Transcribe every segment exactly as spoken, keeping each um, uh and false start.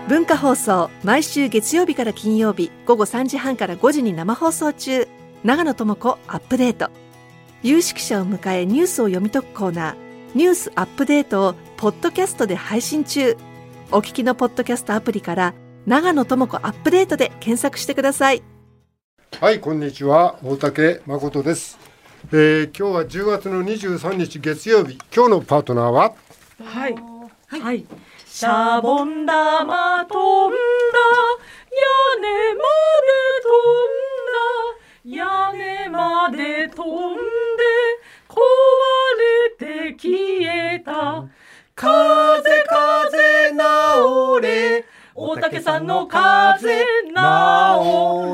文化放送、毎週月曜日から金曜日午後さんじはんからごじに生放送中。長野智子アップデート。有識者を迎えニュースを読み解くコーナー、ニュースアップデートをポッドキャストで配信中。お聞きのポッドキャストアプリから長野智子アップデートで検索してください。 はい、こんにちは、大竹誠です。えー、今日はじゅうがつのにじゅうさんにち月曜日。今日のパートナーは、 はい、はい、はい、シャボン玉飛んだ、屋根まで飛んだ、屋根まで飛んで壊れて消えた、風風直れ、大竹さんの風直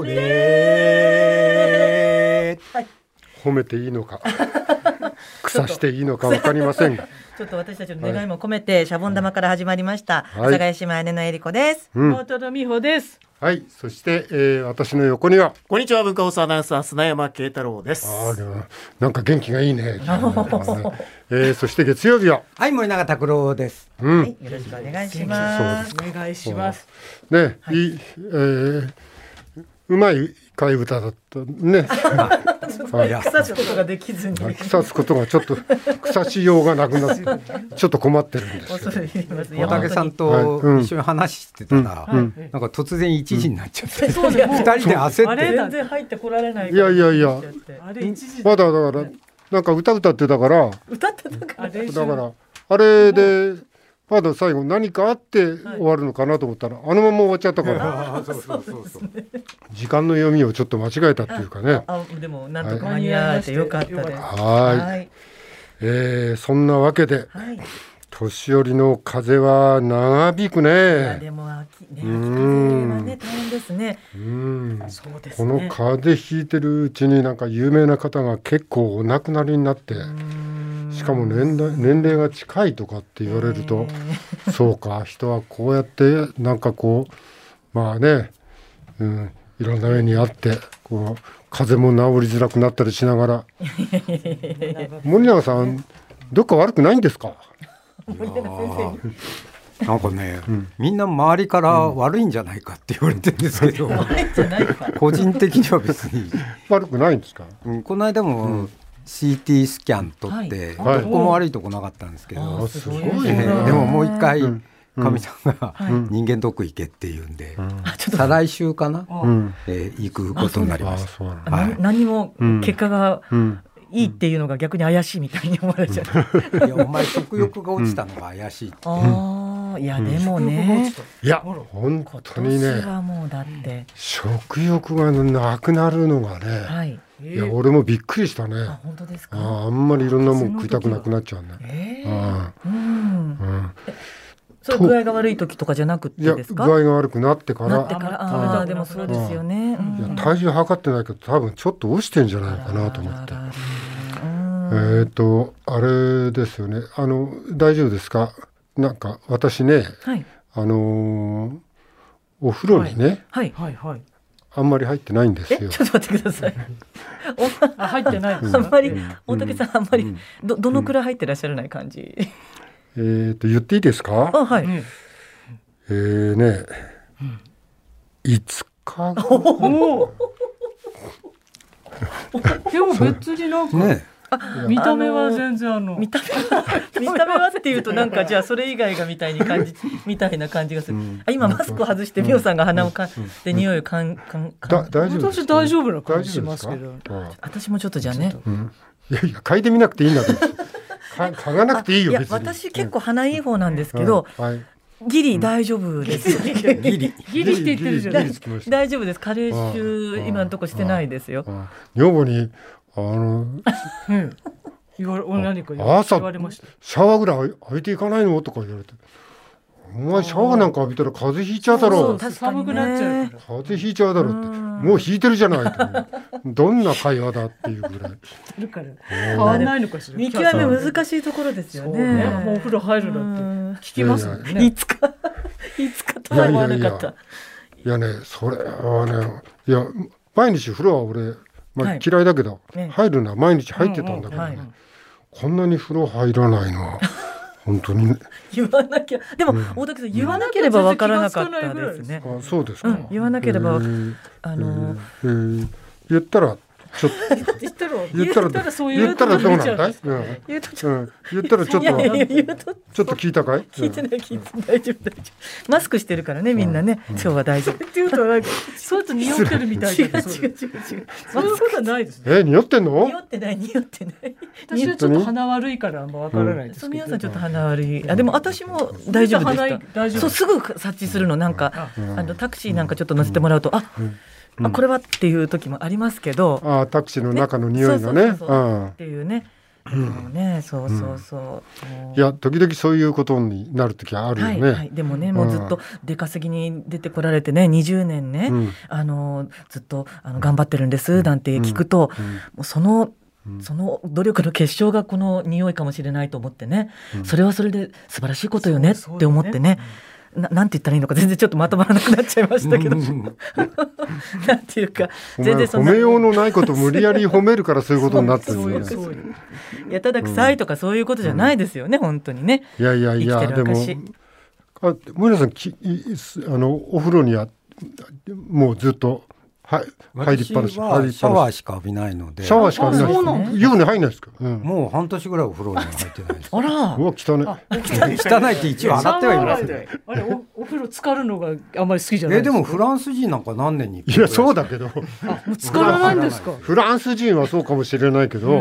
れ、はい、 褒めていいのか草していいのか分かりませんがちょっと私たちの願いも込めて、はい、シャボン玉から始まりました、はい、阿佐ヶ谷姉妹姉のえりこです。 渡田美穂です。 はい、そして、えー、私の横には、 こんにちは、文化放送アナウンサー砂山慶太郎です。 あー、なんか元気がいいね、えー、そして月曜日は、 はい、森永拓郎です、 うん、はい、よろしくお願いします。 お願いしますね、はい、いい、えー、うまい替え歌だったね草つことができずに草つことがちょっと草しようがなくなってちょっと困ってるんですよ。 大竹さんと一緒に話してたら、うんうん、なんか突然いちじになっちゃって、うん、ふたりで焦って、 あれ全然入ってこられない。 いやいやいや、あれいちじまだだからなんか歌歌ってたから歌ってたからだからあれでまだ最後何かあって終わるのかなと思ったら、はい、あのまま終わっちゃったからそうそうそうそう時間の読みをちょっと間違えたっていうかね。 ああでもなんとか間に合わせてよかったです。 はい、はい、えー、そんなわけで、はい、年寄りの風は長引くね。いやでも秋、ね、秋風はね大変ですね。 うん、そうですね。この風邪ひいてるうちになんか有名な方が結構お亡くなりになって、しかも 年, 年齢が近いとかって言われると、そうか、人はこうやってなんかこうまあね、うん、いろんな目にあってこう風邪も治りづらくなったりしながら森永さんどっか悪くないんですか？ 森永先生なんかね、うん、みんな周りから悪いんじゃないかって言われてるんですけど、うん、個人的には別に悪くないんですか？ うん、この間も、うん、シーティー スキャン撮って、はい、どこも悪いとこなかったんですけど、 はい、すごい、ね、 えー、でももう一回かみ、うん、さんが、うん、人間ドック行けっていうんで、うん、再来週かな、うんえー、行くことになりました。 はい、何も結果が、うんいいっていうのが逆に怪しいみたいに思われちゃう。 いやお前食欲が落ちたのが怪しいって、うん、 あいやでもね、 いや本当にね、 はもうだって食欲がなくなるのがね、はい、いや俺もびっくりしたね。 あ本当ですか？ あ, あんまりいろんなもん食いたくなくなっちゃうね。 えーあうんうんそれ具合が悪い時とかじゃなくてですか？ いや具合が悪くなってからなってからああでもそうですよね。 いや体重測ってないけど多分ちょっと落ちてんじゃないかなと思って。えーとあれですよね。あの大丈夫ですか？なんか私ね、はい、あのー、お風呂にね、 はいはいはい、 あんまり入ってないんですよ。 えちょっと待ってください。 あ入ってないですか？ あんまり、うん、大竹さんあんまり、うん、ど, どのくらい入ってらっしゃらない感じ？ えーと言っていいですか？ あはい。 えーね、うん、いつかでも別になんか、ね、見た目は全然あの見た目は見た目はっていうとなんかじゃあそれ以外がみたいに感じみたいな感じがする、うん、あ今マスクを外して美穂さんが鼻をかんで匂いをかんかんかん大丈夫です私大丈夫な感じしますけど、 私もちょっとじゃあね、 うん、いやいや嗅いでみなくていいんだけど嗅がなくていいよ別に。いや私結構鼻いい方なんですけど、うんはいギリ大丈夫です。 ギリギリって言ってるじゃない。 大丈夫です。加齢臭今のとこしてないですよ。 女房にあの言われ何か言われました。 シャワーぐらい浴びていかないのとか言われて、お前シャワーなんか浴びたら風邪ひいちゃうだろう。 寒くなっちゃうから。 風邪ひいちゃうだろうってもうひいてるじゃないと。どんな会話だっていうぐらい。 るから変わんないのかしら。 見極め難しいところですよね。 もうお風呂入るなんて聞きますもんね。 いつかいつかとは思わなかった。 いやねそれはねいや毎日風呂は俺、まあ、嫌いだけど、はい、入るのは毎日入ってたんだけどね、うんうんはい、こんなに風呂入らないのは本当にね。 言わなきゃでも、うん、大竹さん言わなければわからなかったですね。 あ、そうですか、 うん、言わなければ、えー、あのーえー、言ったらちょっと言ったら言ったら言ったらそういう言ったらどうなんだい？ うん言ったらちょっとちょっと聞いたかい？ 聞いてない聞いてない大丈夫大丈夫。マスクしてるからねみんなね、今日は大丈夫。 っていうとなんかそうやって匂ってるみたいな。 違う違う違う違う。 そういうことはないですね。 え、匂ってんの？ 匂ってない匂ってない。 私はちょっと鼻悪いからあんまわからないですけど。 皆さんちょっと鼻悪い。あでも私も大丈夫でした。そうすぐ察知するのなんかあのタクシーなんかちょっと乗せてもらうとあ。あこれはっていう時もありますけど、 ああタクシーの中の匂いがねっていうね、うんね、そうそうそう、 うん、いや時々そういうことになる時はあるよね、 はいはい、でもねもうずっと出稼ぎに出てこられてねにじゅうねんね、うん、あのずっとあの頑張ってるんですなんて聞くと、うんうん、もうそのその努力の結晶がこの匂いかもしれないと思ってね、うん、それはそれで素晴らしいことよねって思ってね、な, なんて言ったらいいのか全然ちょっとまとまらなくなっちゃいましたけどなんていうか全然そんな褒めようのないことを無理やり褒めるからそういうことになってるんだよ。 いやただ臭いとかそういうことじゃないですよね、うん、本当にね。 いやいやいやでもあ森田さんきあのお風呂にはもうずっとはい、入りっぱなし。 私はシャワーしか浴びないので。 シャワーしか浴びないです。湯船入んないですか、うん、 もう半年ぐらいお風呂には入ってないです。 あら、 うわ汚い。 汚いって一応洗ってはいますね。 あれ お, お風呂浸かるのがあんまり好きじゃないえでもフランス人なんか何年にいやそうだけど。 あもう浸からないんですか。 フランス人はそうかもしれないけど。うん、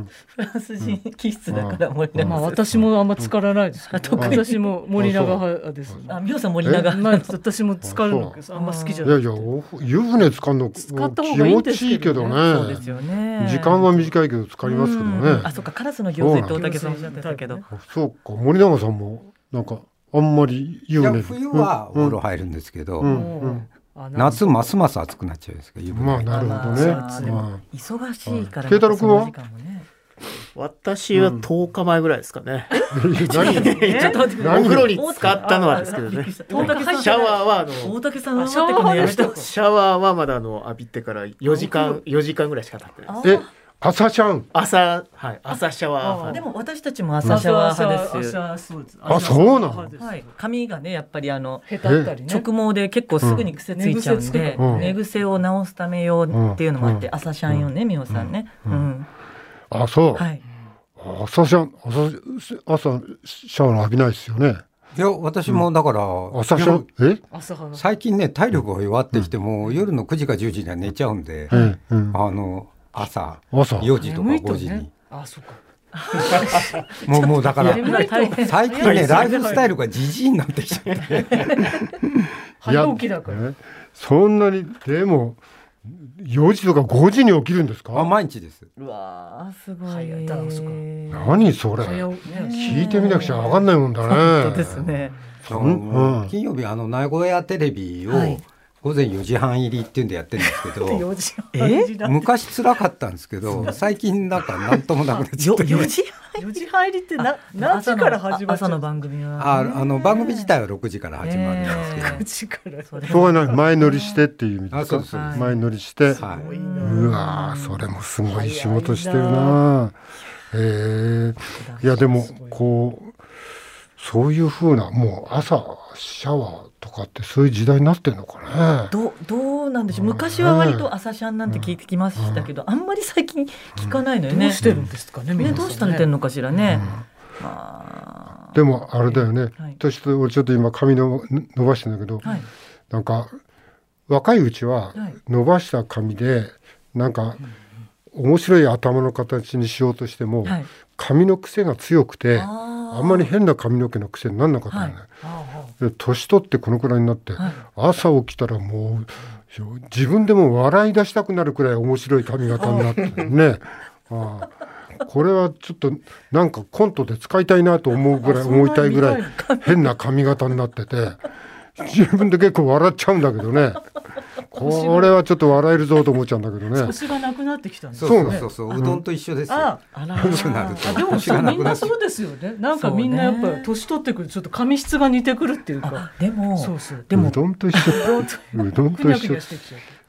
フランス人気質だから森永さん。 まあ私もあんま浸からないですけど。私も森永派です。 あ、みおさん森永。 まあ私も浸かるのあんま好きじゃない。 いやいや湯船浸かるの。気持ちいいけどね。 そうですよね。 時間は短いけど浸かりますけどね。 あ、そっかカラスの行水って大竹さんおっしゃってたけど。 そうか森永さんもなんかあんまり湯船。 冬はお風呂入るんですけど、うんうん、夏ますます暑くなっちゃうんですけど。 まあなるほどね。まあ、忙しいから。 慶太郎君は？ 私はとおかまえぐらいですかね。 何ちょっと待ってお風呂に使ったのはですけどね。シャワーはあの大竹さんがシャワーはまだあの浴びてからよじかんよじかんぐらいしか経ってない。 え、朝シャン？ 朝はい朝シャワー。 でも私たちも朝シャワー派です。 あ、そうなの？ はい。髪がねやっぱりあのへたったりね。 直毛で結構すぐに癖ついちゃうんで、寝癖を直すため用っていうのもあって朝シャンよねみおさんね。うん。 あ、そう。 はい。 朝シャン 朝, 朝シャワー浴びないですよね。 いや私もだから、 うん、朝シャンえ最近ね体力が弱ってきても、うん、夜のくじかじゅうじには寝ちゃうんで、うんうん、あの 朝, 朝よじとかごじに、ね、 あそうかもうもうだから最近ねライフスタイルがじじいになってきちゃって早起きだから、 ね、そんなにでもよじとかごじに起きるんですか？ あ毎日です。 うわすごい。 何それ、聞いてみなくちゃ分かんないもんだね。 本当ですね。 うんうん、金曜日あの名古屋テレビを、はい午前よじはん入りっていうんでやってるんですけどえ昔辛かったんですけど最近なんか何ともなくなっちゃってよじはん入りってな何時から始まる？ 朝の番組はああの番組自体はろくじから始まるんですけど、えー、 くじからそれはない前乗りしてっていう意味ですか？ そうそうはい、前乗りして、はい、うわそれもすごい仕事してるな。えー、いやでもこうそういう風なもう朝シャワーとかってそういう時代になってんのかね。 ど, どうなんでしょう。昔は割と朝シャンなんて聞いてきましたけど、うん、あんまり最近聞かないのよね。 どうしてるんですかね、うん、 ねどうされてるのかしらね、うんまあ、でもあれだよね、はい、私と俺ちょっと今髪の伸ばしてんだけど、はい、なんか若いうちは伸ばした髪でなんか面白い頭の形にしようとしても、はい、髪の癖が強くてあんまり変な髪の毛の癖にならなかったよね、はい、で年取ってこのくらいになって、はい、朝起きたらもう自分でも笑い出したくなるくらい面白い髪型になってねああこれはちょっとなんかコントで使いたいなと思うぐらい思いたいぐらい変な髪型になってて自分で結構笑っちゃうんだけどねこれはちょっと笑えるぞと思っちゃうんだけどね。 腰がなくなってきたんですね。そうそうそう、うどんと一緒ですよ。 ああらあでもさみんなそうですよね。なんかみんなやっぱ年取ってくるちょっと髪質が似てくるっていうか。 でもそうそうでもうどんと一緒うどんと一緒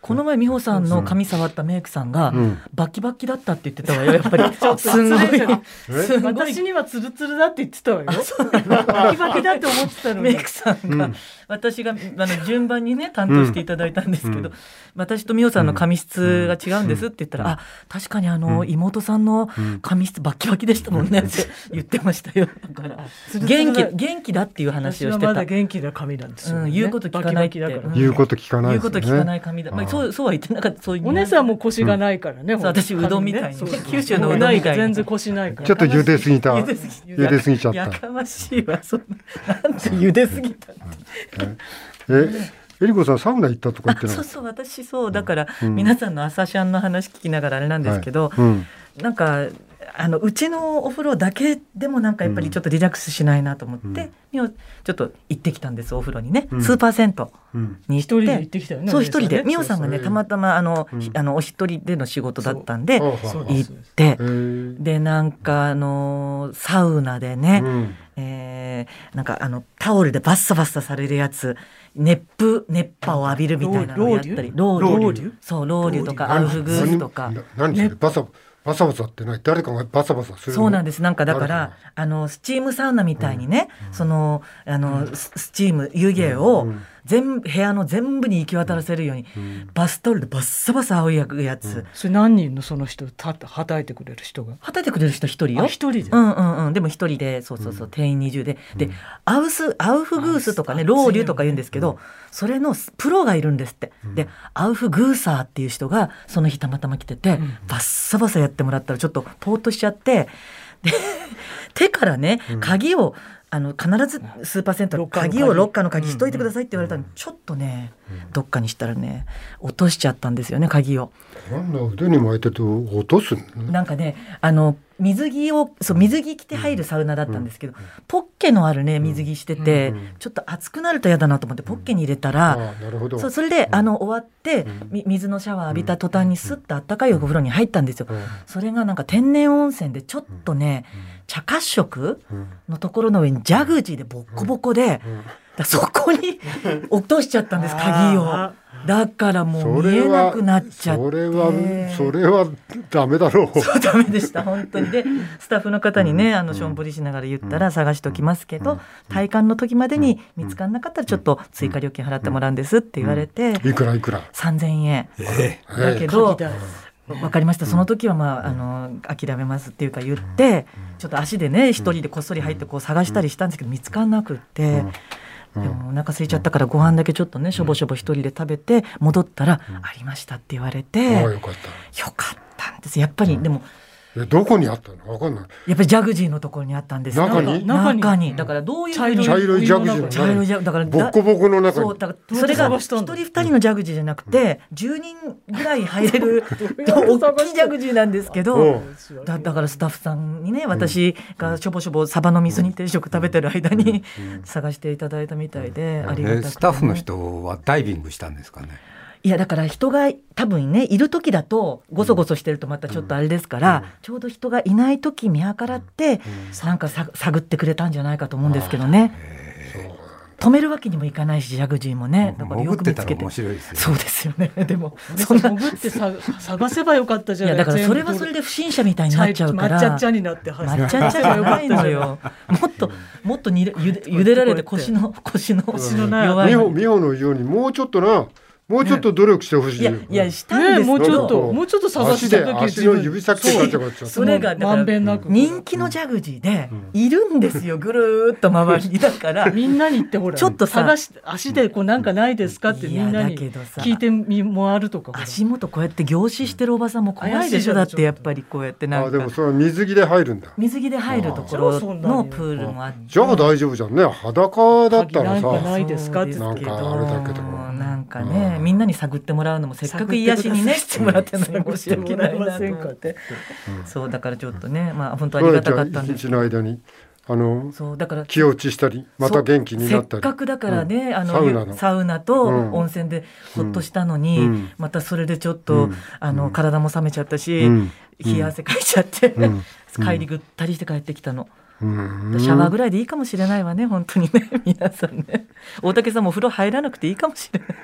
この前美穂さんの髪触ったメイクさんが、うん、バキバキだったって言ってたわよ。やっぱりすんごいすごい私にはツルツルだって言ってたわよ。バキバキだって思ってたのにメイクさんが、うん、私があの順番にね担当していただいたんですけど、うん、私と美穂さんの髪質が違うんですって言ったら、うん、あ確かにあの、うん、妹さんの髪質バキバキでしたもんねって言ってましたよ。だから元気元気だっていう話をしてた。 私はまだ元気な髪なんですよ、ね、 うん、言うこと聞かないってバキバキだから、 言うこと聞かないですね。 言うこと聞かない髪だ。まあ、そうそうは言ってなかった。そういうお姉さんも腰がないからね。 うん、私うどんみたいに、ね、九州のうどんみたいに全然腰ないから。 ちょっと茹ですぎた。茹ですぎちゃった。 やかましいわ。そんななんて茹ですぎたって。 ええりこさんサウナ行ったとか言ってない。 そうそう私そうだから、うん、皆さんの朝シャンの話聞きながらあれなんですけど、 はいうん、 なんかあのうちのお風呂だけでもなんかやっぱりちょっとリラックスしないなと思って、うん、ちょっと行ってきたんですお風呂にね、うん、スーパー銭湯に行って、 一人で行ってきたよね。 そう一人で美穂さんがねたまたまあの、うん、あのお一人での仕事だったんで行ってでなんかあのサウナでね、うんえー、なんかあのタオルでバッサバッサされるやつ熱風熱波を浴びるみたいなのをやったりロウリュそうロウリュとかアウフグースとか何それバサバサバサってない誰かがバサバサするの。 そうなんですなんかだからあのスチームサウナみたいにね、うん、そのあの、うん、スチーム湯気を全部部屋の全部に行き渡らせるように、うん、バスタオルでバッサバサ仰ぐやつ、うん、 それ何人のその人たはたいてくれる人がはたいてくれる人一人よ。 一人でうんうんうんでも一人でそうそうそう、うん、定員にじゅうでで、うん、アウスアウフグースとかねロウリュとか言うんですけど、うん、それのプロがいるんですって、うん、でアウフグーサーっていう人がその日たまたま来てて、うん、バッサバサやってもらったらちょっとポーっとしちゃってで手からね鍵を、うんあの必ずスーパー銭湯鍵をロッカーの鍵しといてくださいって言われたのに、うん、ちょっとね、うん、どっかにしたらね落としちゃったんですよね鍵を。 なんだ腕に巻いてて落とすの、ね、 なんかねあの水着をそう水着着て入るサウナだったんですけど、うん、ポッケのあるね水着してて、うん、ちょっと熱くなると嫌だなと思ってポッケに入れたら、うん、あなるほどそうそれで、うん、あの終わって、うん、水のシャワー浴びた途端にスッとあったかいお風呂に入ったんですよ、うん、それがなんか天然温泉でちょっとね、うん、茶褐色のところの上にジャグジーでボッコボコで、うんうん、だそこに落としちゃったんです鍵を。だからもう見えなくなっちゃってそれはそれはダメだろう。 そうダメでした本当に。でスタッフの方にね、うん、あのしょんぼりしながら言ったら探しときますけど、うん、体感の時までに見つからなかったらちょっと追加料金払ってもらうんですって言われて、 うん、いくらいくらさんぜんえん、えー、だけど、えー、分かりましたその時は、まあ、あの諦めますっていうか言ってちょっと足でね一人でこっそり入ってこう探したりしたんですけど見つからなくって、でもお腹空いちゃったからご飯だけちょっとねしょぼしょぼ一人で食べて戻ったらありましたって言われて、 うん、よかった。 よかったんですやっぱり、うん、でもえどこにあったの分かんない。 やっぱりジャグジーのところにあったんですよ。 中に中にだからどういう茶色い茶色いジャグジーの茶色いジャグだからボッコボコの中にそうだからそれが一人二人のジャグジーじゃなくてじゅうにんぐらい入れる大きいジャグジーなんですけどだ, だからスタッフさんにね私がしょぼしょぼサバの味噌煮定食食べてる間に探していただいたみたいで、ありがたくて、ね、 スタッフの人はダイビングしたんですかね。 いやだから人が多分ねいる時だとゴソゴソしてるとまたちょっとあれですから、うん、ちょうど人がいない時見計らって、うん、なんかさ探ってくれたんじゃないかと思うんですけどね。止めるわけにもいかないしジャグジーもねだからよく見つけて面白いですよね。 そうですよね。でもそんな潜ってさ探せばよかったじゃない。 いやだからそれはそれで不審者みたいになっちゃうから抹茶っちゃになって抹茶っちゃが弱いのよ。もっともっとにゆで茹でられて腰の腰の腰の弱い美穂美穂のようにもうちょっとなもうちょっと努力してほしい。 いやいやしたんです、ね、 もうちょっともうちょっと探して足で足の指先とかちゃかちゃそれがだから人気のジャグジーでいるんですよ、うん、ぐるーっと周りにだからみんなに言ってほらちょっと探し足でこうなんかないですかってみんなに聞いてみもあるとか足元こうやって凝視してるおばさんも怖いでしょ。だってやっぱりこうやってなんかあでもそれは水着で入るんだ。 水着で入るところのプールもあってじゃあ大丈夫じゃんね。裸だったらさなんかないですかってなんかあれだけどなんかね、うん、みんなに探ってもらうのもせっかく癒しにねしてもらってるのに申し訳ないなと思って、うん、そうだからちょっとね、まあ本当ありがたかったんですけど、 一日の間にあのそうだから気落ちしたりまた元気になったりせっかくだからね、うん、あのサウナのサウナと温泉でほっとしたのに、うん、またそれでちょっと、うん、あの体も冷めちゃったし、うん、冷や汗かいちゃって、うん、帰りぐったりして帰ってきたの。シャワーぐらいでいいかもしれないわね本当にね皆さんね。大竹さんもお風呂入らなくていいかもしれない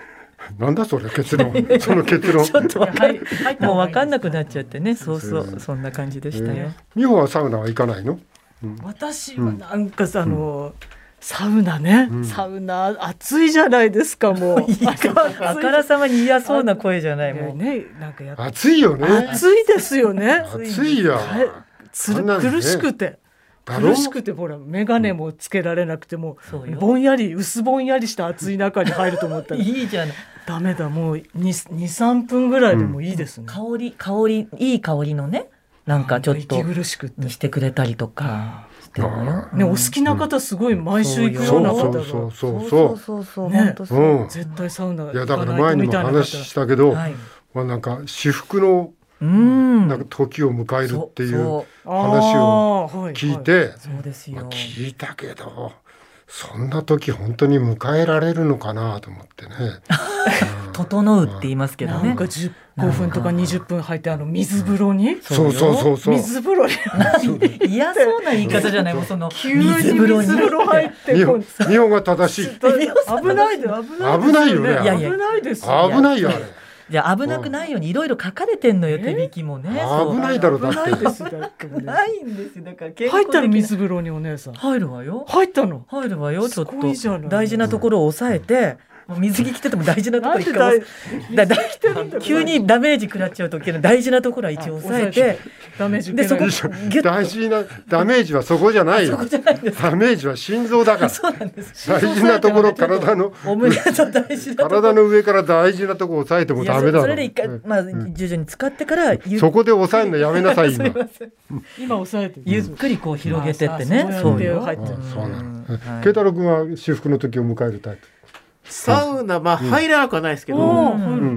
なんだそれ結論その結論ちょっともう分かんなくなっちゃってね。そうそう、そんな感じでしたよ。 美穂はサウナは行かないの？ うん、私はなんかさ、あの、うん、サウナね、うん、サウナ暑いじゃないですか。もうあからさまに嫌そうな声じゃない。もうね、なんかや暑いよね。 暑いですよね。 暑いよ。 つる苦しくて苦しくて、ほら眼鏡もつけられなくても、うん、ぼんやり薄ぼんやりした暑い中に入ると思ったらいいじゃない。 ダメだ、もう にさんぷんぐらいでもいいですね、 うん、香り香りいい香りのね、なんかちょっとにしてくれたりとかしてるよ、 ね、お好きな方すごい毎週行くような方が、 そうそうそうそうそうね、 うん、絶対サウナ行かないとみたいな方。 いやだから前にも話したけど、はい、まあ、なんか至福のなんか時を迎えるっていう話を聞いて、まあ、聞いたけどそんな時本当に迎えられるのかなと思ってね整うって言いますけどね。 なんかじゅうごふんとかにじゅっぷん入ってあの水風呂に、 そうそうそうそう、 水風呂に嫌そうな言い方じゃない。もうその急に水風呂入って日本日本が正しい。 危ないで危ないよね。 いやいや危ないですよ。 危ないよあれ。 じゃあ危なくないようにいろいろ書かれてんのよ、手引きもね。 危ないだろだって。 ないですだってないんですよ。だから入ったの水風呂にお姉さん。 入るわよ。 入ったの。 入るわよ。ちょっと大事なところを抑えて。水着着てても大事なところ一回だだ急にダメージ食らっちゃうときの大事なところは一応抑えて、 ダメージでそこ大事なダメージはそこじゃないよ。ダメージは心臓だから。 そうなんです。 大事なところ、体の体の上から大事なところを抑えてもダメだろ。 それで一回、まあ、徐々に使ってからそこで抑えるのやめなさい今。 今抑えてゆっくりこう広げてってね。 そうよ。 そうなの。慶太郎君は至福の時を迎えるタイプ。 サウナ、まあ入らなくはないですけど、うん、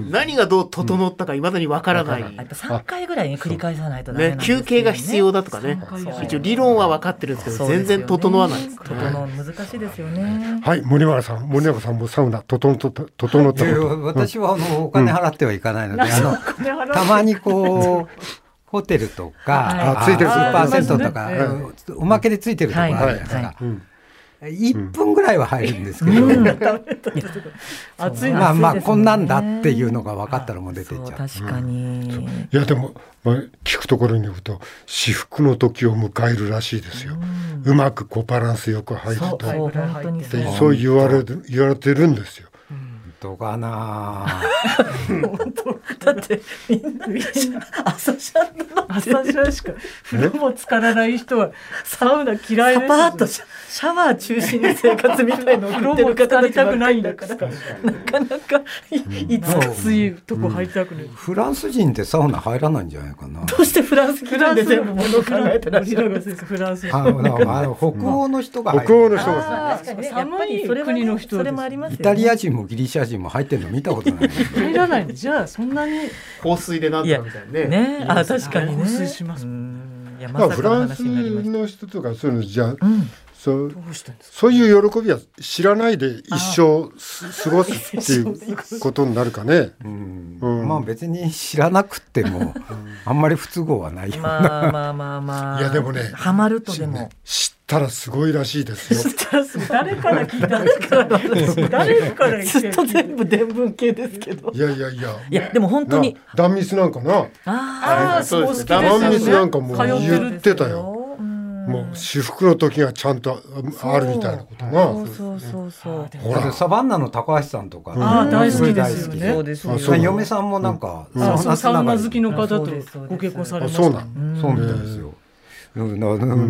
何がどう整ったかいまだにわからない、うん、 やっぱさんかいぐらいに繰り返さないとダメなんですよね。 休憩が必要だとかね、一応理論は分かってるんですけど、全然整わないです、ね、 整う難しいですよね。 はい、森原さん、森永さんもサウナ整った整ったこと。 私はあのお金払ってはいかないので、うん、あのたまにこうホテルとかついてる数パーセントとか、うん、おまけでついてるところあるじゃないですか、はいはいはい、いっぷんぐらいは入るんですけど、うん、暑いまあまあこんなんだっていうのが分かったらもう出てっちゃう。 確かに、うん、いやでも、まあ、聞くところによると至福の時を迎えるらしいですよ、うん、うまくこうバランスよく入ると、そう、そう本当にそう、そう言われ言われてるんですよ。 どうかなだってみんな朝シャンの朝シャンしか風呂も浸からない人はサウナ嫌いです、ね、 サパーッとシャワー中心に生活みたいのを風呂も浸かりたくないんだからなかなかいつ暑いとこ入りたくない、うん、 フランス人ってサウナ入らないんじゃないかな。 どうしてフランス人で全部物を考えてらっしゃるんですか。 フランスあの北欧の人が入る、 北欧の人が寒い国の人、 それもありますよね。 イタリア人もギリシャ人も入ってるの見たことない入らないんじゃあそんなに放水でなんとかみたいなね。 ね、あ確かにね。 放水します。 いや、 まあ、フランスの人とかそういうのじゃあ、うん、そうどうしてんですか。 そういう喜びは知らないで一生過ごすっていうことになるかね。 うんうん、まあ別に知らなくてもあんまり不都合はないような。 まあまあまあまあ。 いやでもね、 ハマるとでも知ったらすごいらしいですよ。 誰から聞いたんですか。誰から聞いた。 ずっと全部伝聞系ですけど。 いやいやいや。 いやでも本当に断蜜なんかな。 ああそうですね。 断蜜なんかも言ってたよ。もう至福の時がちゃんとあるみたいなことな。 そうそうそうそう。 ほらサバンナの高橋さんとか、 ああ大好きですよね。 そうですよ。 嫁さんもなんかサウナ好きの方とご結婚されました。 そうなん。 そうみたいですよ。うん、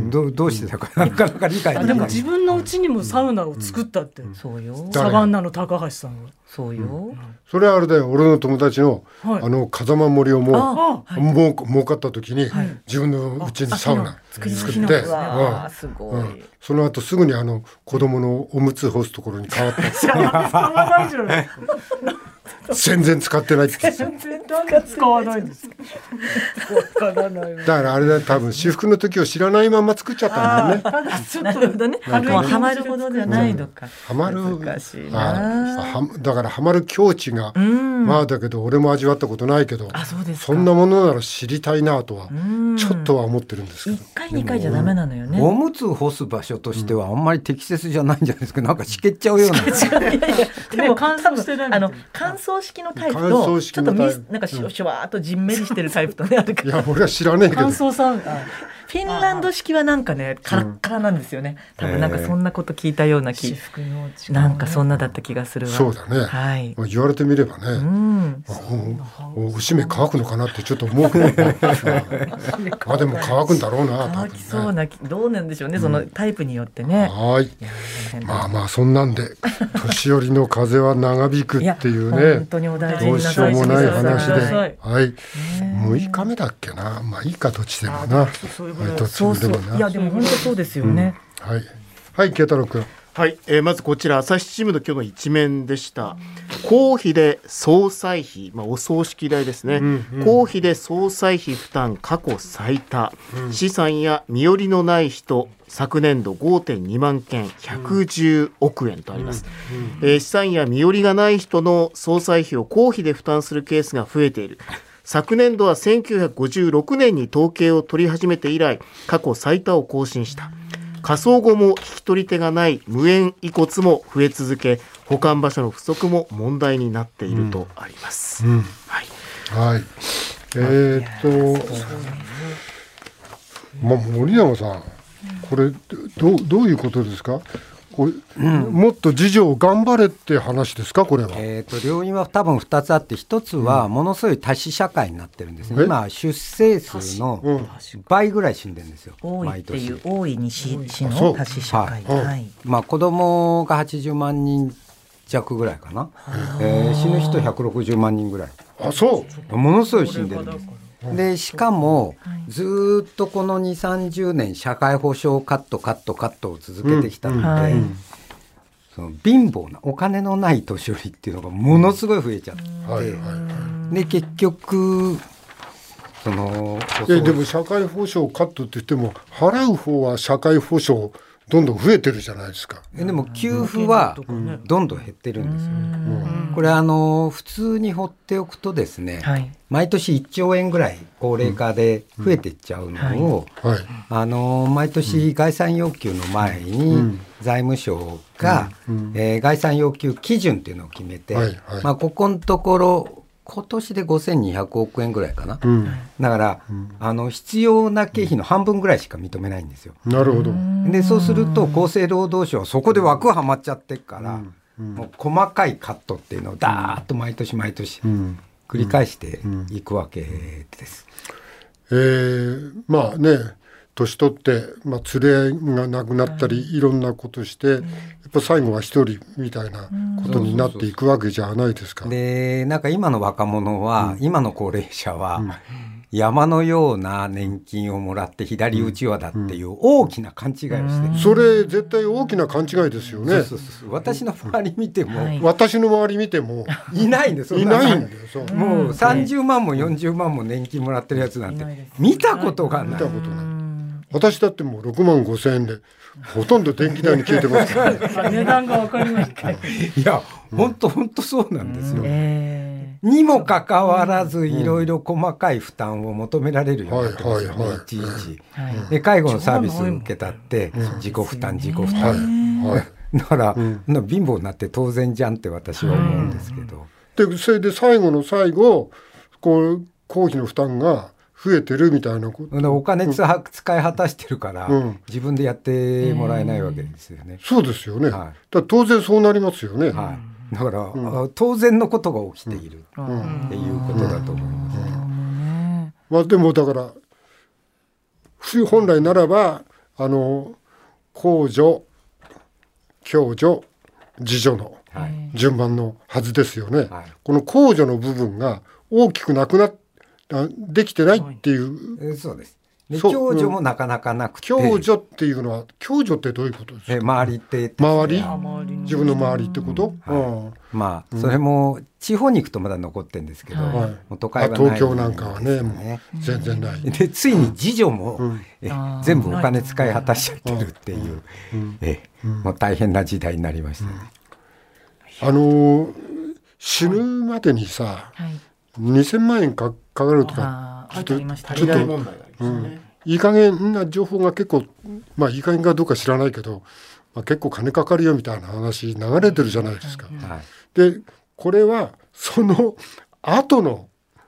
ど, どうしてだかなかなか理解できない。 でも自分のうちにもサウナを作ったって、うん、そうよ。サバンナの高橋さんが。 そうよ、うん、 それはあれだよ。俺の友達の、はい、あの風間森夫ももう儲かった時に、はい、自分のうちにサウナ作って、 わすごい、うん、 その後すぐにあの子供のおむつ干すところに変わった全然使ってないって言って全然使わないんですか。わからない。 だからあれだ、多分至福の時を知らないまま作っちゃったんだよね。 なるほどね。もうハマるほどじゃないのか。 ハマる。 難しいな。 だからハマる境地がまあだけど俺も味わったことないけど、 あ、そうですか。 そんなものなら知りたいなとはちょっとは思ってるんですけど、 いっかいにかいじゃダメなのよね。 おむつ干す場所としてはあんまり適切じゃないんじゃないですか。なんかしけっちゃうような。 でも乾燥してないあの乾燥式のタイプとちょっとミスなんかシュワシュワーっとじんめりしてるタイプとねあるから。 いや俺は知らねえけど。 乾燥さんフィンランド式はなんかねカラッカラなんですよね。多分なんかそんなこと聞いたような気、なんかそんなだった気がするわ。 そうだね。はい。言われてみればね。うん。お牛目乾くのかなってちょっと思うけど。あでも乾くんだろうな。 乾きそうなどうなんでしょうね。そのタイプによってね。 はい。まあまあそんなんで年寄りの風邪は長引くっていうね。 本当にお大事にどうしようもない話で。はい。むいかめだっけな。まあいいかどっちでもな。 そうそう。いやでも本当そうですよね。 はい。はい、慶太郎君。 はい、えー、まずこちら朝日新聞の今日の一面でした。公費で総裁費、まあ、お葬式代ですね、うんうん、公費で総裁費負担過去最多、うん、資産や身寄りのない人昨年度 ごてんにまんけんひゃくじゅうおくえんとあります、うんうんえー、資産や身寄りがない人の総裁費を公費で負担するケースが増えている。昨年度はせんきゅうひゃくごじゅうろくねんに統計を取り始めて以来過去最多を更新した。火葬後も引き取り手がない無縁遺骨も増え続け、保管場所の不足も問題になっているとあります、うんうんはいはい、えー、っと、ま、森永さんこれ ど, どういうことですか。これ、うん、もっと自助を頑張れって話ですかこれは。 えー、と両因は多分ふたつあって、ひとつはものすごい多子社会になってるんですね、うん、今出生数の倍ぐらい死んでるんですよ、 多いっていう大いに死の多子社会、はいはいまあ、子供がはちじゅうまんにん弱ぐらいかな、えー、死ぬ人ひゃくろくじゅうまんにんぐらい。 あそうものすごい死んでるんです。でしかもずっとこのにじゅうさんじゅうねん社会保障カットカットカットを続けてきたので、うんうん、その貧乏なお金のない年寄りっていうのがものすごい増えちゃって、うんはいはいはい、で結局そのえでも社会保障カットって言っても払う方は社会保障どんどん増えてるじゃないですか。 でも給付はどんどん減ってるんですよ、うん、これあの普通に放っておくとですね、はい、毎年いっちょうえんぐらい高齢化で増えていっちゃうのを、うんはい、あの毎年概算要求の前に財務省が、うんえー、概算要求基準っていうのを決めて、はいはいまあ、ここのところ今年でごせんにひゃくおくえんぐらいかな、うん、だから、うん、あの必要な経費の半分ぐらいしか認めないんですよ。 なるほど。 でそうすると厚生労働省はそこで枠はまっちゃってるから、うんうん、もう細かいカットっていうのをダーッと毎年毎年繰り返していくわけです、 うんうんうんえー、まあね年取って、まあ、連れがなくなったり、はい、いろんなことして、うん、やっぱ最後は一人みたいなことになっていくわけじゃないですか。 でなんか今の若者は、うん、今の高齢者は、うん、山のような年金をもらって左打ちはだっていう大きな勘違いをしてる、うん、 それ絶対大きな勘違いですよね。 そうそうそう私の周り見ても、はい、 私の周り見てもいないんですいないんだよ。 そうもうさんじゅうまんもよんじゅうまんも年金もらってるやつなんて見たことがない。 見たことない。私だってもうろくまんごせんえんでほとんど電気代に消えてますから値段が分かりますか。いや本当本当そうなんですよ、えー、にもかかわらずいろいろ細かい負担を求められるようになってますよね、いちいち、はい、で介護のサービスを受けたって自己負担自己負担、はいはい、だから、うん、貧乏になって当然じゃんって私は思うんですけど、 でそれで最後の最後こう公費の負担が増えてるみたいなこと。 お金つ、うん、使い果たしてるから、うん、自分でやってもらえないわけですよね。 そうですよね、はい、だ当然そうなりますよね、 はい、だから、うん、当然のことが起きている、うん、っていうことだと思います、ねうんうんまあ、でもだから本来ならばあの公助共助自助の順番のはずですよね、はい、この公助の部分が大きくなくなってできてないっていう、 はい、そうです。で共助もなかなかなくて、 共助っていうのは共助ってどういうことですか。 え周りって、ね、 周り自分の周りってこと、うんはい、まあそれも地方に行くとまだ残ってるんですけど、はい、もう都会はない、 東京なんかはねもう全然ないでついに自助も、うん、え全部お金使い果たしちゃってるっていう、うん、え、うん、もう大変な時代になりました、ねうん、あの死ぬまでにさ、はい、にせんまんえん か, かかるとかちょっとちょっと、うん、 いい加減な情報が結構、まあいい加減かどうか知らないけど、まあ、結構金かかるよみたいな話流れてるじゃないですか、はい、でこれはその後の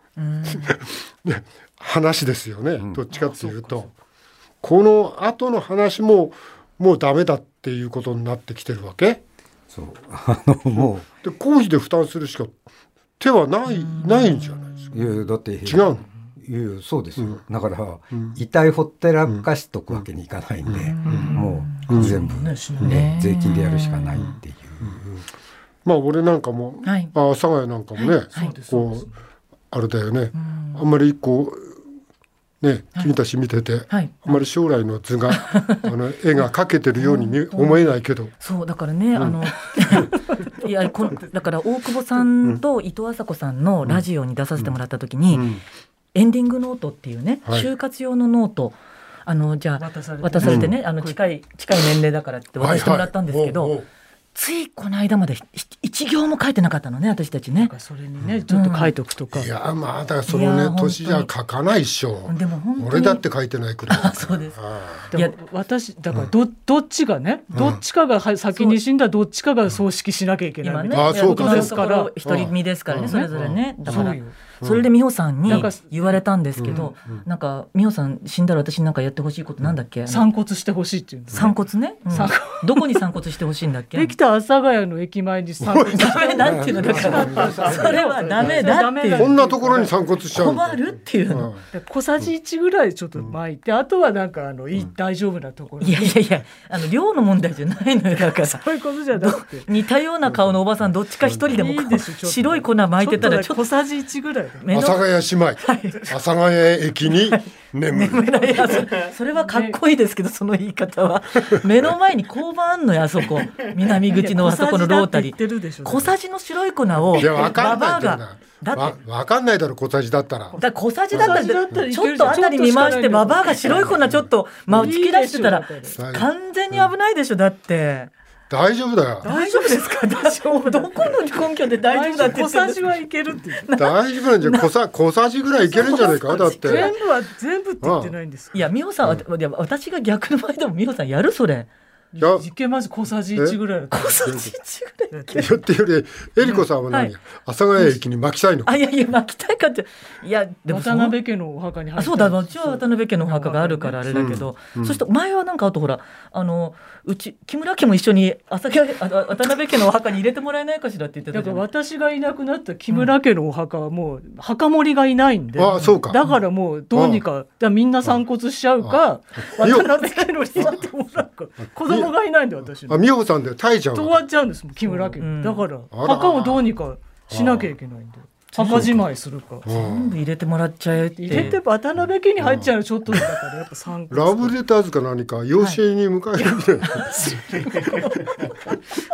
話ですよね、うん、どっちかっていうとこの後の話ももうダメだっていうことになってきてるわけ。 そうあのもうで公費で負担するしか手はないないんじゃないですか。 いやだって違ういやそうですよ、うん、だから、うん、遺体ほってらかしとくわけにいかないんで、うん、もう全部、ねね、税金でやるしかないっていう、うんうん、 まあ俺なんかも、はい、阿佐ヶ谷なんかもね、はい、こうあれだよね、あんまりこうね、君たち見てて、はい、あんまり将来の図があの絵が描けてるように見思えないけどそうだからね、うん、あのいやこだから大久保さんと伊藤麻子さんのラジオに出させてもらった時に、うんうん、エンディングノートっていうね、はい、就活用のノートあのじゃあ渡されて ね, 渡されてね、うん、あの近い近い年齢だからって渡してもらったんですけど、はいはい、ついこの間まで一行も書いてなかったのね私たちね。なんかそれにねちょっと書いとくとか、 うん、いやまあだからそのね年じゃ書かないっしょ。でも本当に俺だって書いてないくらい。 あそうです。 いや私だから ど,、うん、どっちがねどっちかが先に死んだどっちかが葬式しなきゃいけないみたいな、 ね、 ことですから一人身ですからね、うん、それぞれね、うん、だからそれで美穂さんに言われたんですけど、うん、なんか美穂さん死んだら私になんかやってほしいことなんだっけ、 散骨してほしいっていう、ね、 散骨ね、うん、どこに散骨してほしいんだっけ。 できた阿佐ヶ谷の駅前に散骨してダメだっていうのだからそれはダメだっていう、 こんなところに散骨しちゃう困るっていうの、 うん、小さじいちぐらいちょっと巻いて、うん、あとはなんかあのいい、うん、大丈夫なところ。 いやいやいやあの量の問題じゃないのよ。だからそういうことじゃなくて似たような顔のおばさんどっちか一人でもいいでしょ、白い粉巻いてたらちょっと小さじいちぐらい阿佐ヶ谷姉妹、はい、阿佐ヶ谷駅に眠る、 はい、いや そ, それはかっこいいですけど、その言い方は目の前に交番あんのよ、あそこ南口のあそこのロータリー、小さじの白い粉をいや分かんないけどな、だって分かんないだろ小さじだったら、 だ小さじだったらちょっとあたり見回してババアが白い粉ちょっと巻き出してたら完全に危ないでしょ。だって大丈夫だよ。 大丈夫ですか。どこの根拠で大丈夫だって言ってる。 小さじはいけるって大丈夫なんじゃ小さ小さじぐらいいけるんじゃないか。だって全部は全部って言ってないんですか。 いや美穂さんは、うん、いや私が逆の場合でも美穂さんやるそれ。 いけます小さじいちぐらい。 小さじいちぐらい。 言ってよりえりこさんは何、うんはい、阿佐ヶ谷駅に巻きたいの。 あいやいや巻きたいかっていやでも渡辺家のお墓に入って。 そうだうちは渡辺家のお墓があるからあれだけど、うんうん、そして前はなんかあとほらあのうち木村家も一緒に朝渡辺家のお墓に入れてもらえないかしらって言ってた。 だから私がいなくなった木村家のお墓はもう墓守がいないんで、 あそうか、 だからもうどうにかだみんな散骨しちゃうか渡辺家の入れてもらうか子供がいないんで私あ美穂さんで耐えちゃうと終わっちゃうんですもん木村家、うん、だから墓をどうにかしなきゃいけないんで墓じまいするか全部入れてもらっちゃえって入れて渡辺家に入っちゃうのちょっとだからやっぱ参ラブレターズか何か養子に迎えるみたいな、 はい、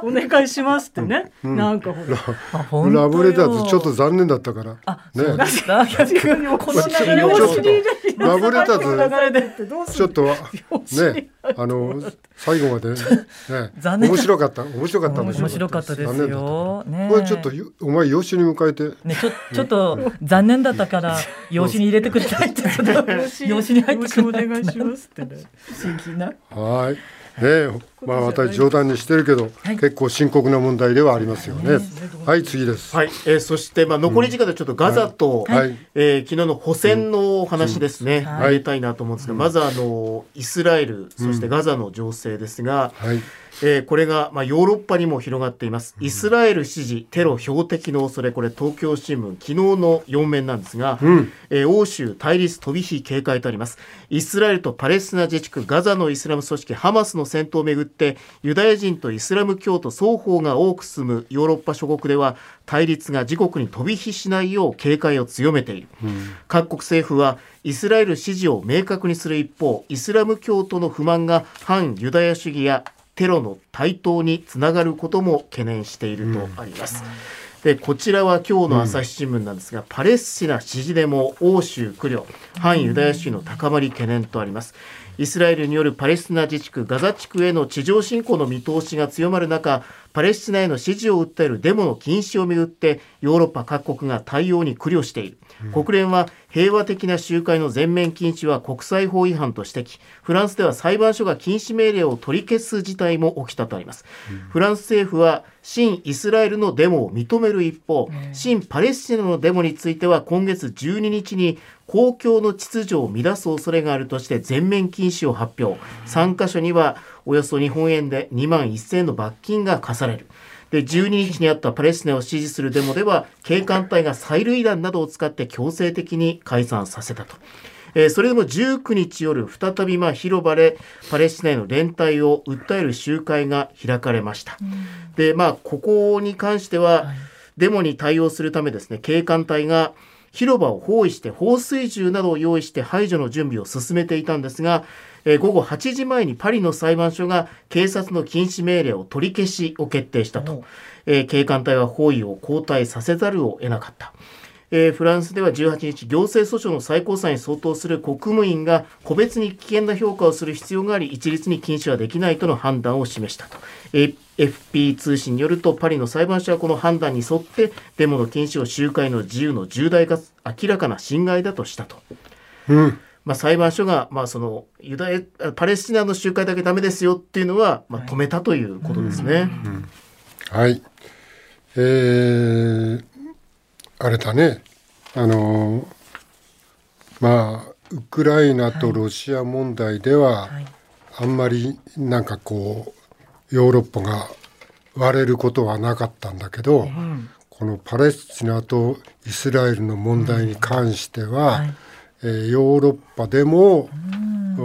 お願いしますってね、うん、なんかほらラブレターズちょっと残念だったからあねそうだ逆にこの流れ養子にラブレターズちょっとねあの最後までね面白かった面白かった面白かったですよ、ね、 これちょっとお前養子に迎えて、 ね、ちょ, ちょっと残念だったから養子に入れてくれないって養子に入ってくれないってお願いしますってね不思議なはいねまあ私冗談にしてるけど、はい、結構深刻な問題ではありますよね。はい次です。 はい、えー、そしてまあ残り時間でちょっとガザと、うんはいえー、昨日の補選の話ですね、うんうん、入れたいなと思うんですが、はい、まずあのイスラエルそしてガザの情勢ですが、うんはいえー、これが、まあ、ヨーロッパにも広がっています。イスラエル支持テロ標的の恐れ、これ東京新聞昨日のよん面なんですが、うんえー、欧州対立飛び火警戒とあります。イスラエルとパレスチナ自治区ガザのイスラム組織ハマスの戦闘をめぐってユダヤ人とイスラム教徒双方が多く住むヨーロッパ諸国では対立が自国に飛び火しないよう警戒を強めている、うん、各国政府はイスラエル支持を明確にする一方、イスラム教徒の不満が反ユダヤ主義やテロの台頭につながることも懸念しているとあります、うん、でこちらは今日の朝日新聞なんですが、うん、パレスチナ支持デモ欧州苦慮反ユダヤ主義の高まり懸念とあります。イスラエルによるパレスチナ自治区ガザ地区への地上侵攻の見通しが強まる中、 パレスチナへの支持を訴えるデモの禁止をめぐってヨーロッパ各国が対応に苦慮している。国連は平和的な集会の全面禁止は国際法違反と指摘。フランスでは裁判所が禁止命令を取り消す事態も起きたとあります。うん、フランス政府は親イスラエルのデモを認める一方、親パレスチナのデモについては今月じゅうににちに公共の秩序を乱す恐れがあるとして全面禁止を発表。参加者にはおよそ日本円でにまんせんえんの罰金が課される。でじゅうににちにあったパレスチナを支持するデモでは警官隊が催涙弾などを使って強制的に解散させたと。えー、それでもじゅうくにち夜再びまあ広場でパレスチナへの連帯を訴える集会が開かれました。うん、でまあここに関しては、はい、デモに対応するためですね、警官隊が広場を包囲して放水銃などを用意して排除の準備を進めていたんですが、えー、午後はちじまえにパリの裁判所が警察の禁止命令を取り消しを決定したと。えー、警官隊は包囲を後退させざるを得なかった。えー、フランスではじゅうはちにち行政訴訟の最高裁に相当する国務院が個別に危険な評価をする必要があり一律に禁止はできないとの判断を示したと。 エフピー 通信によるとパリの裁判所はこの判断に沿ってデモの禁止を集会の自由の重大かつ明らかな侵害だとしたと。うんまあ、裁判所が、まあ、そのユダヤパレスチナの集会だけダメですよっていうのは、まあ、止めたということですね。 はい、うんはい、えー、あれだねあのまあウクライナとロシア問題では、はいはい、あんまりなんかこうヨーロッパが割れることはなかったんだけど、うん、このパレスチナとイスラエルの問題に関しては、うんはいえー、ヨーロッパでも、うん、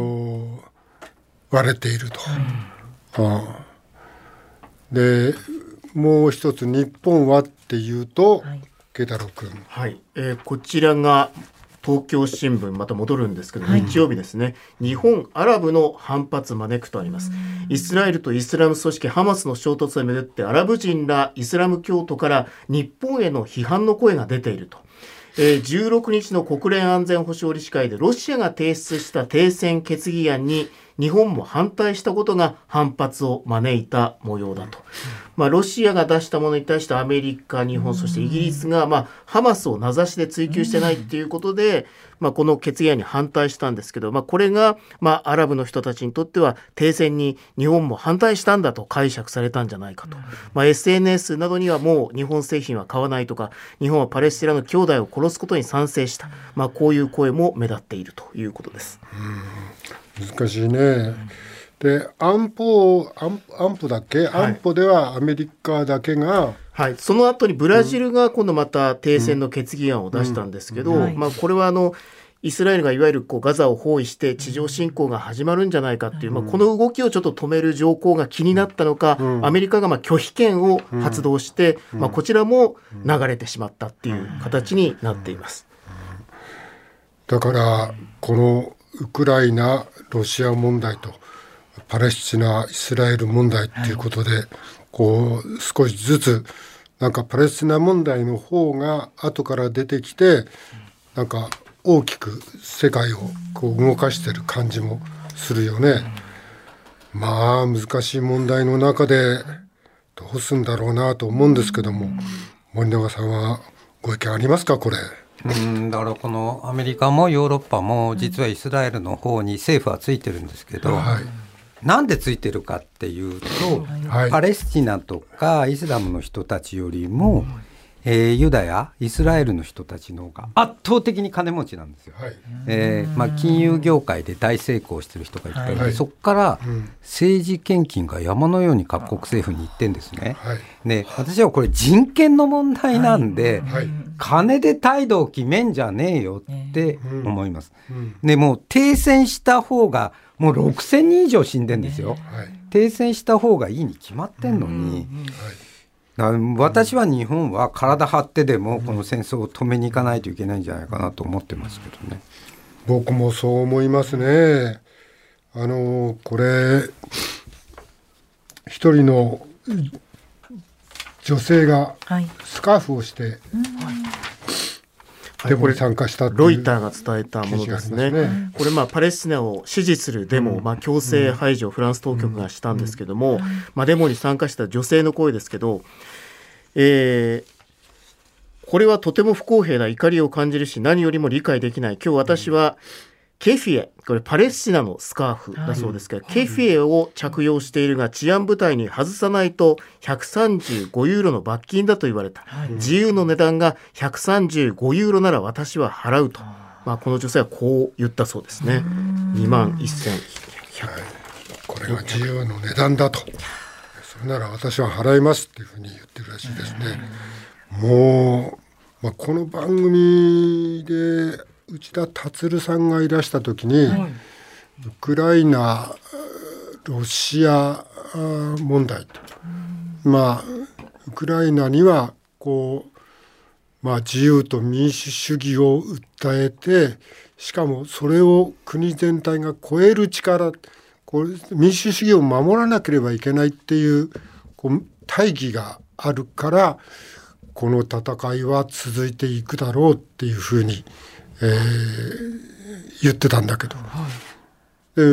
割れていると、うんうん、でもう一つ日本はっていうと、はい、慶太郎君、 はいえー、こちらが東京新聞また戻るんですけど、はい、日曜日ですね、日本アラブの反発招くとあります。イスラエルとイスラム組織ハマスの衝突をめぐってアラブ人らイスラム教徒から日本への批判の声が出ていると。えー、じゅうろくにちの国連安全保障理事会でロシアが提出した停戦決議案に日本も反対したことが反発を招いた模様だと。まあ、ロシアが出したものに対してアメリカ、日本、そしてイギリスが、まあ、ハマスを名指しで追及してないっていうことで、まあ、この決議案に反対したんですけど、まあ、これが、まあ、アラブの人たちにとっては停戦に日本も反対したんだと解釈されたんじゃないかと。まあ、エスエヌエス などにはもう日本製品は買わないとか、日本はパレスチナの兄弟を殺すことに賛成した、まあ、こういう声も目立っているということです。 うん難しいね。で安保安安保だっけ、はい、安保ではアメリカだけが、 はい、その後にブラジルが今度また停戦の決議案を出したんですけど、うんうんまあ、これはあのイスラエルがいわゆるこうガザを包囲して地上侵攻が始まるんじゃないかっていう、まあ、この動きをちょっと止める条項が気になったのか、うん、アメリカがまあ拒否権を発動して、うんまあ、こちらも流れてしまったっていう形になっています。 だからこのウクライナロシア問題とパレスチナイスラエル問題っていうことで、はい、こう少しずつなんかパレスチナ問題の方が後から出てきてなんか大きく世界をこう動かしてる感じもするよね。まあ難しい問題の中でどうするんだろうなと思うんですけども、森永さんはご意見ありますかこれ。 うんだからこのアメリカもヨーロッパも実はイスラエルの方に政府はついてるんですけど、はい、なんでついてるかっていうと、はい、パレスチナとかイスラムの人たちよりも、うんえー、ユダヤイスラエルの人たちの方が圧倒的に金持ちなんですよ、はいえーまあ、金融業界で大成功してる人がいっぱいいて、はい、そこから政治献金が山のように各国政府に行ってんですね、はい、で私はこれ人権の問題なんで、はい、金で態度を決めんじゃねえよって思います、うんうん、でもう停戦した方がもうろくせんにん以上死んでんですよ、はい、停戦した方がいいに決まってんのに、うんうんはい私は日本は体張ってでもこの戦争を止めに行かないといけないんじゃないかなと思ってますけどね。 僕もそう思いますね。あのこれ一人の女性がスカーフをして、はいデモに参加したロイターが伝えたものですね。ねこれまあパレスチナを支持するデモ、うんまあ、強制排除をフランス当局がしたんですけども、うんまあ、デモに参加した女性の声ですけど、えー、これはとても不公平な怒りを感じるし何よりも理解できない。今日私はケフィエ、これパレスチナのスカーフだそうですが、はい、ケフィエを着用しているが治安部隊に外さないとひゃくさんじゅうごユーロの罰金だと言われた、はい、自由の値段がひゃくさんじゅうごユーロなら私は払うと、まあ、この女性はこう言ったそうですね。にまんせんひゃく、はい、 これが自由の値段だと、それなら私は払いますっていうふうに言ってるらしいですね。もう、まあ、この番組で内田達さんがいらした時に、はい、ウクライナロシア問題と、まあウクライナにはこう、まあ、自由と民主主義を訴えて、しかもそれを国全体が超える力、こう民主主義を守らなければいけないっていう、こう大義があるからこの戦いは続いていくだろうっていうふうにえー、言ってたんだけど、はい、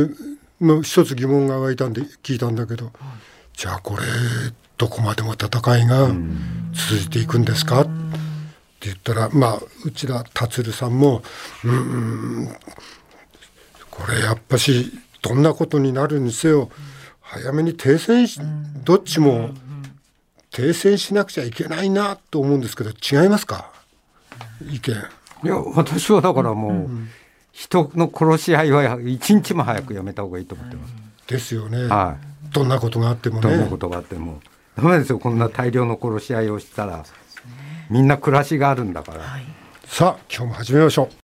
でもう一つ疑問が湧いたんで聞いたんだけど、はい、じゃあこれどこまでも戦いが続いていくんですかって言ったら、まあ内田達さんもうーんこれやっぱしどんなことになるにせよ早めに停戦し、どっちも停戦しなくちゃいけないなと思うんですけど、違いますか意見。 いや私はだからもう、うん、人の殺し合いは一日も早くやめた方がいいと思ってます。 ですよね、 はい、 どんなことがあってもね。 どんなことがあってもダメですよ。こんな大量の殺し合いをしたらみんな暮らしがあるんだから、はい、 さあ今日も始めましょう。